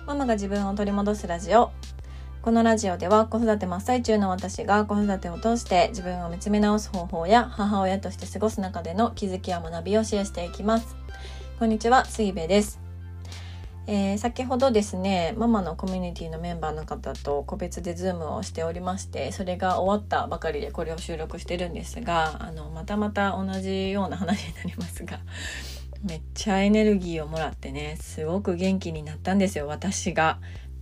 ママが自分を取り戻すラジオ。このラジオでは子育て真っ最中の私が子育てを通して自分を見つめ直す方法や母親として過ごす中での気づきや学びをシェアしていきます。こんにちは、水部です。先ほどですね、ママのコミュニティのメンバーの方と個別でズームをしておりまして、それが終わったばかりでこれを収録してるんですが、また同じような話になりますが、めっちゃエネルギーをもらってね、すごく元気になったんですよ、私が。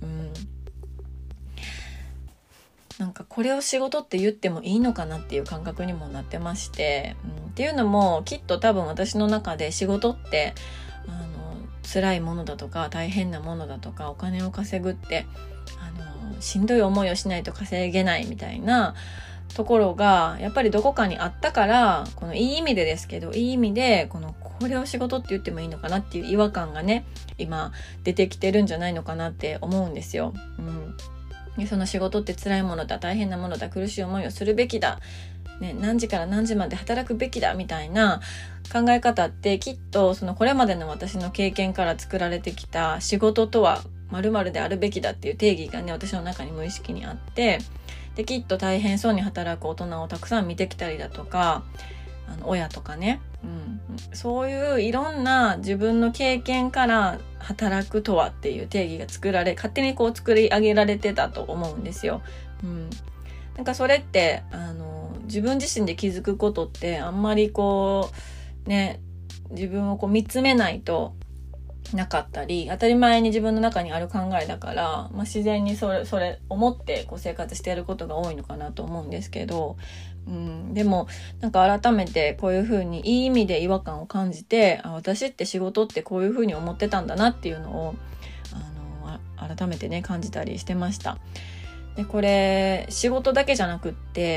なんかこれを仕事って言ってもいいのかなっていう感覚にもなってまして、っていうのもきっと多分私の中で仕事って辛いものだとか大変なものだとかお金を稼ぐってしんどい思いをしないと稼げないみたいなところがやっぱりどこかにあったから、このいい意味でですけど、いい意味でこれを仕事って言ってもいいのかなっていう違和感がね、今出てきてるんじゃないのかなって思うんですよ。でその仕事って辛いものだ、大変なものだ、苦しい思いをするべきだ、何時から何時まで働くべきだみたいな考え方って、きっとこれまでの私の経験から作られてきた仕事とは〇〇であるべきだっていう定義がね、私の中に無意識にあって、できっと大変そうに働く大人をたくさん見てきたりだとか、親とかね、そういういろんな自分の経験から働くとはっていう定義が勝手に作り上げられてたと思うんですよ。なんかそれって自分自身で気づくことってあんまり自分を見つめないとなかったり、当たり前に自分の中にある考えだから、自然にそれ思って生活してやることが多いのかなと思うんですけど、でもなんか改めてこういう風にいい意味で違和感を感じて、私って仕事ってこういう風に思ってたんだなっていうのを改めてね感じたりしてました。でこれ仕事だけじゃなくって、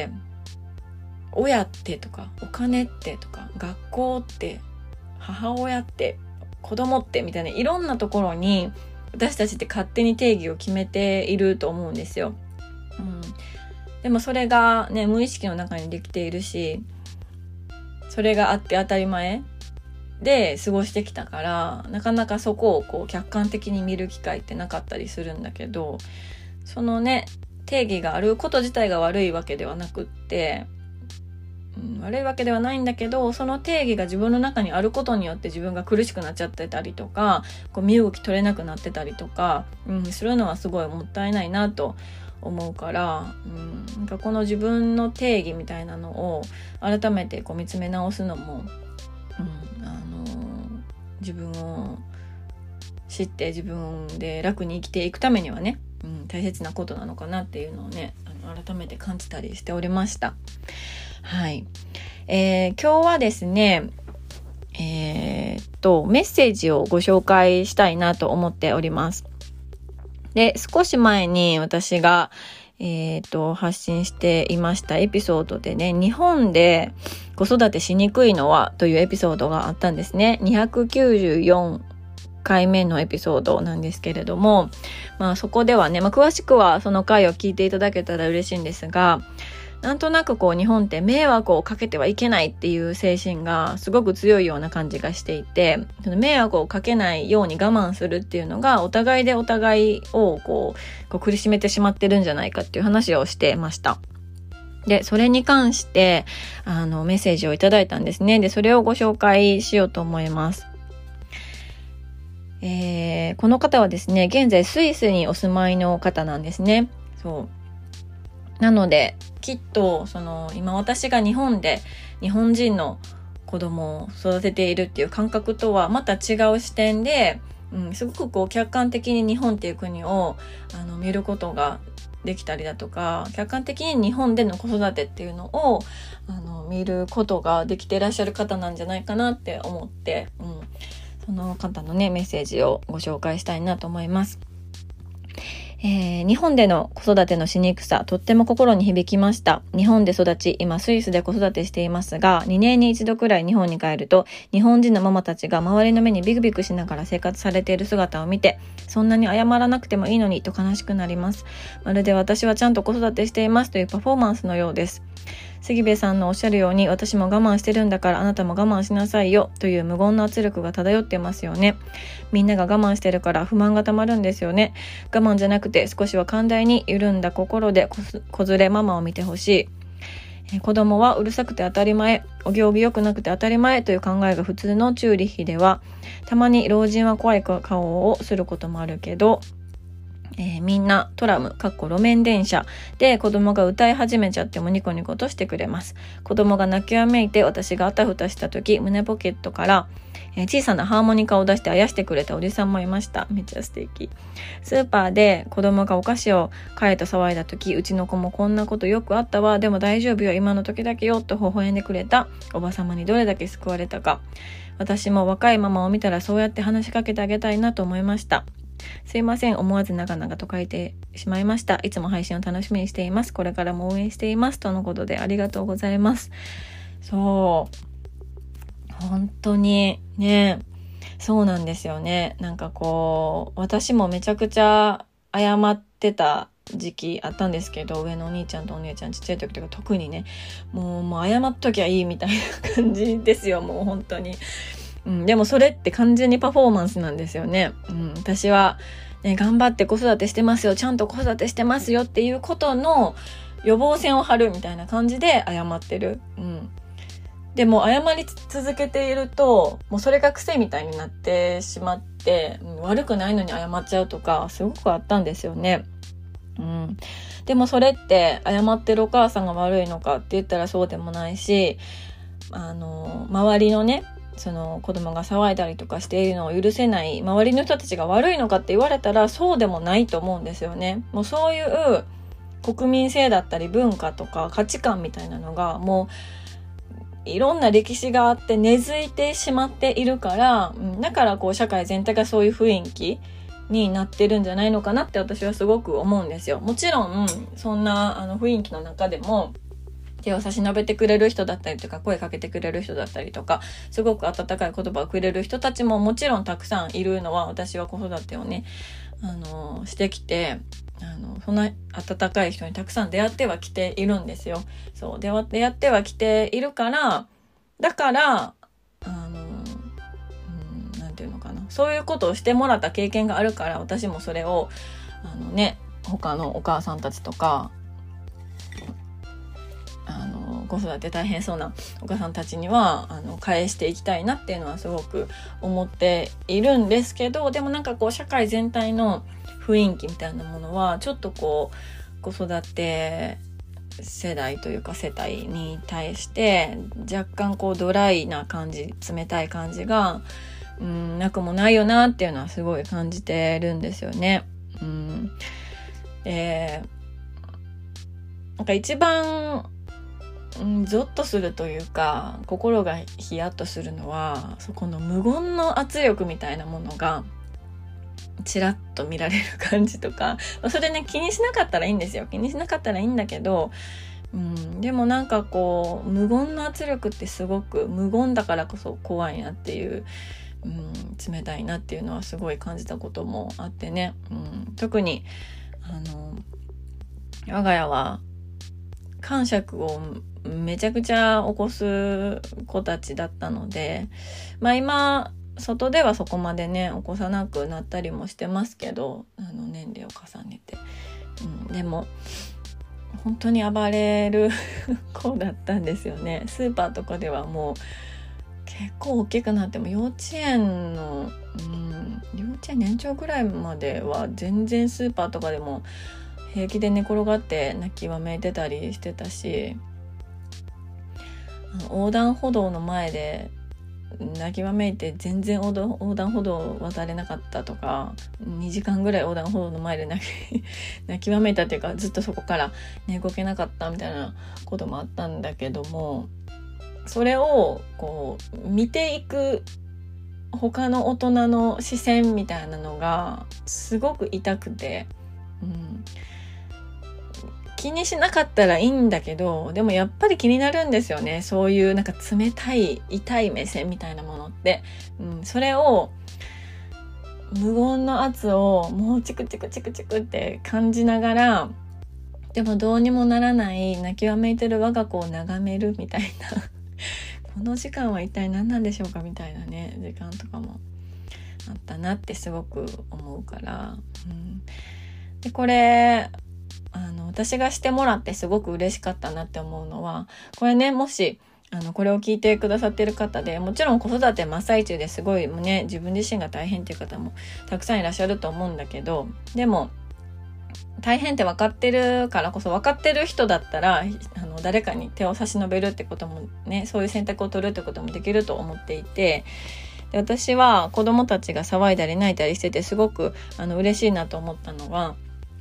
親ってとかお金ってとか学校って母親って子供ってみたいないろんなところに私たちって勝手に定義を決めていると思うんですよ。でもそれがね、無意識の中にできているし、それがあって当たり前で過ごしてきたから、なかなかそこを客観的に見る機会ってなかったりするんだけど、そのね定義があること自体が悪いわけではなくって、悪いわけではないんだけど、その定義が自分の中にあることによって自分が苦しくなっちゃってたりとか、身動き取れなくなってたりとか、するのはすごいもったいないなと思うから、なんかこの自分の定義みたいなのを改めて見つめ直すのも、自分を知って自分で楽に生きていくためにはね、大切なことなのかなっていうのをね、改めて感じたりしておりました。はい。今日はですね、メッセージをご紹介したいなと思っております。で、少し前に私が、発信していましたエピソードでね、日本で子育てしにくいのはというエピソードがあったんですね。294回目のエピソードなんですけれども、そこではね、詳しくはその回を聞いていただけたら嬉しいんですが、なんとなく日本って迷惑をかけてはいけないっていう精神がすごく強いような感じがしていて、その迷惑をかけないように我慢するっていうのがお互いでお互いを苦しめてしまってるんじゃないかっていう話をしてました。で、それに関してメッセージをいただいたんですね。で、それをご紹介しようと思います。この方はですね、現在スイスにお住まいの方なんですね。なのできっと今私が日本で日本人の子供を育てているっていう感覚とはまた違う視点で、すごく客観的に日本っていう国を見ることができたりだとか、客観的に日本での子育てっていうのを見ることができていらっしゃる方なんじゃないかなって思って、その方のねメッセージをご紹介したいなと思います。日本での子育てのしにくさ、とっても心に響きました。日本で育ち、今スイスで子育てしていますが、2年に一度くらい日本に帰ると、日本人のママたちが周りの目にビクビクしながら生活されている姿を見て、そんなに謝らなくてもいいのにと悲しくなります。まるで私はちゃんと子育てしていますというパフォーマンスのようです。 杉部さんのおっしゃるように、私も我慢してるんだからあなたも我慢しなさいよという無言の圧力が漂ってますよね。みんなが我慢してるから不満がたまるんですよね。我慢じゃなくて少しは寛大に緩んだ心で子連れママを見てほしい。子供はうるさくて当たり前、お行儀良くなくて当たり前という考えが普通のチューリッヒでは、たまに老人は怖い顔をすることもあるけど、みんなトラム路面電車で子供が歌い始めちゃってもニコニコとしてくれます。子供が泣きわめいて私があたふたした時、胸ポケットから、小さなハーモニカを出してあやしてくれたおじさんもいました。めっちゃ素敵。スーパーで子供がお菓子を買えと騒いだ時、うちの子もこんなことよくあったわ、でも大丈夫よ、今の時だけよと微笑んでくれたおばさまにどれだけ救われたか。私も若いママを見たらそうやって話しかけてあげたいなと思いました。すいません、思わず長々と書いてしまいました。いつも配信を楽しみにしています。これからも応援していますとのことで、ありがとうございます。本当にね、そうなんですよね。なんかこう、私もめちゃくちゃ謝ってた時期あったんですけど、上のお兄ちゃんとお姉ちゃんちっちゃい時とか特にね、もう謝っときゃいいみたいな感じですよ、もう本当に。でもそれって完全にパフォーマンスなんですよね。私は、ね、頑張って子育てしてますよ、ちゃんと子育てしてますよっていうことの予防線を張るみたいな感じで謝ってる。でも謝り続けていると、もうそれが癖みたいになってしまって、悪くないのに謝っちゃうとかすごくあったんですよね。でもそれって謝ってるお母さんが悪いのかって言ったらそうでもないし、周りのね、その子供が騒いだりとかしているのを許せない周りの人たちが悪いのかって言われたらそうでもないと思うんですよね。もうそういう国民性だったり文化とか価値観みたいなのがもういろんな歴史があって根付いてしまっているから、だからこう社会全体がそういう雰囲気になってるんじゃないのかなって私はすごく思うんですよ。もちろんそんな雰囲気の中でも手を差し伸べてくれる人だったりとか、声かけてくれる人だったりとか、すごく温かい言葉をくれる人たちももちろんたくさんいるのは、私は子育てをね、してきて、そんな温かい人にたくさん出会ってはきているんですよ。そう、出会ってはきているから、だから、なんていうのかな。そういうことをしてもらった経験があるから、私もそれを、他のお母さんたちとか、子育て大変そうなお母さんたちには返していきたいなっていうのはすごく思っているんですけど、でもなんかこう社会全体の雰囲気みたいなものはちょっとこう子育て世代というか世帯に対して若干こうドライな感じ、冷たい感じがなくもないよなっていうのはすごい感じてるんですよね。なんか一番ゾッとするというか心がヒヤッとするのは、そこの無言の圧力みたいなものがちらっと見られる感じとか、それね気にしなかったらいいんですよ。気にしなかったらいいんだけど、でもなんかこう無言の圧力ってすごく無言だからこそ怖いなっていう、冷たいなっていうのはすごい感じたこともあってね、特に我が家は癇癪をめちゃくちゃ起こす子たちだったので、今外ではそこまでね起こさなくなったりもしてますけど、年齢を重ねて、でも本当に暴れる子だったんですよね。スーパーとかではもう結構大きくなっても幼稚園年長ぐらいまでは全然スーパーとかでも平気で寝転がって泣きわめいてたりしてたし、横断歩道の前で泣きわめいて全然横断歩道を渡れなかったとか、2時間ぐらい横断歩道の前で泣きわめいたっていうか、ずっとそこから動けなかったみたいなこともあったんだけども、それをこう見ていく他の大人の視線みたいなのがすごく痛くて、気にしなかったらいいんだけど、でもやっぱり気になるんですよね。そういうなんか冷たい痛い目線みたいなものって、それを無言の圧をもうチクチクチクチクって感じながらでもどうにもならない泣きわめいてる我が子を眺めるみたいなこの時間は一体何なんでしょうかみたいなね時間とかもあったなってすごく思うから、でこれ私がしてもらってすごく嬉しかったなって思うのは、これね、もしこれを聞いてくださってる方で、もちろん子育て真っ最中ですごいね自分自身が大変っていう方もたくさんいらっしゃると思うんだけど、でも大変って分かってるからこそ、分かってる人だったら誰かに手を差し伸べるってこともね、そういう選択を取るってこともできると思っていて、で私は子供たちが騒いだり泣いたりしててすごく嬉しいなと思ったのは、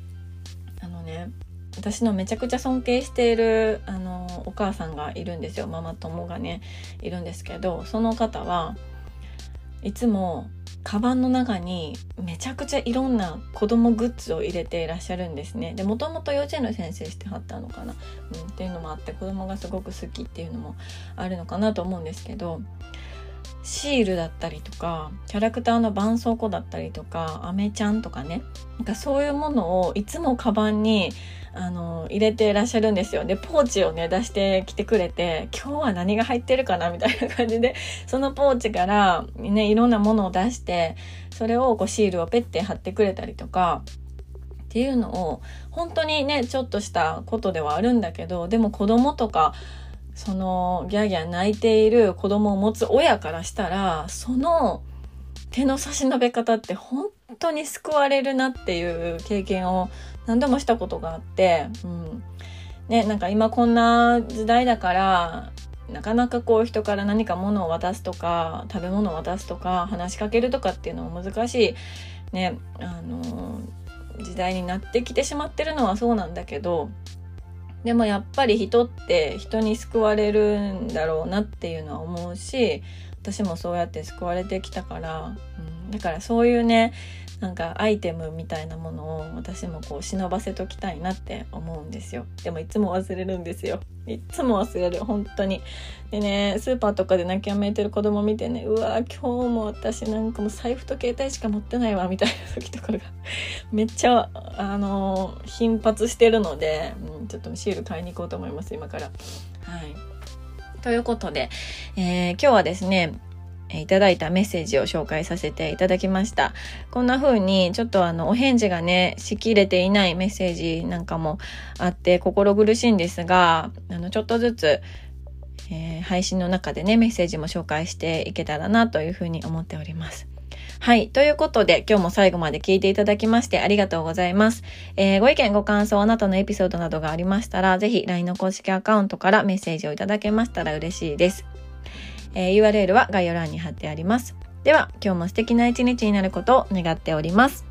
私のめちゃくちゃ尊敬しているお母さんがいるんですよ。ママ友がねいるんですけど、その方はいつもカバンの中にめちゃくちゃいろんな子供グッズを入れていらっしゃるんですね。でもともと幼稚園の先生してはったのかな、っていうのもあって、子供がすごく好きっていうのもあるのかなと思うんですけど、シールだったりとかキャラクターの絆創膏だったりとかアメちゃんとかね、なんかそういうものをいつもカバンに入れていらっしゃるんですよ。でポーチをね出してきてくれて、今日は何が入ってるかなみたいな感じで、そのポーチからねいろんなものを出して、それをシールをペッて貼ってくれたりとかっていうのを、本当にねちょっとしたことではあるんだけど、でも子供とかそのギャーギャー泣いている子供を持つ親からしたら、その手の差し伸べ方って本当に救われるなっていう経験を何度もしたことがあって、なんか今こんな時代だからなかなか人から何か物を渡すとか食べ物を渡すとか話しかけるとかっていうのも難しいね時代になってきてしまってるのはそうなんだけど、でもやっぱり人って人に救われるんだろうなっていうのは思うし、私もそうやって救われてきたから、だからそういうねなんかアイテムみたいなものを私も忍ばせときたいなって思うんですよ。でもいつも忘れるんですよ。いつも忘れる、本当に。でね、スーパーとかで泣きわめいてる子供見てね、うわ今日も私なんかもう財布と携帯しか持ってないわみたいな時とかがめっちゃ頻発してるので、ちょっとシール買いに行こうと思います今から。はい。ということで、今日はですねいただいたメッセージを紹介させていただきました。こんな風にちょっとお返事がねしきれていないメッセージなんかもあって心苦しいんですが、ちょっとずつ、配信の中でねメッセージも紹介していけたらなという風に思っております。はい。ということで、今日も最後まで聞いていただきましてありがとうございます。ご意見、ご感想、あなたのエピソードなどがありましたら、ぜひ LINE の公式アカウントからメッセージをいただけましたら嬉しいです。URL は概要欄に貼ってあります。では、今日も素敵な一日になることを願っております。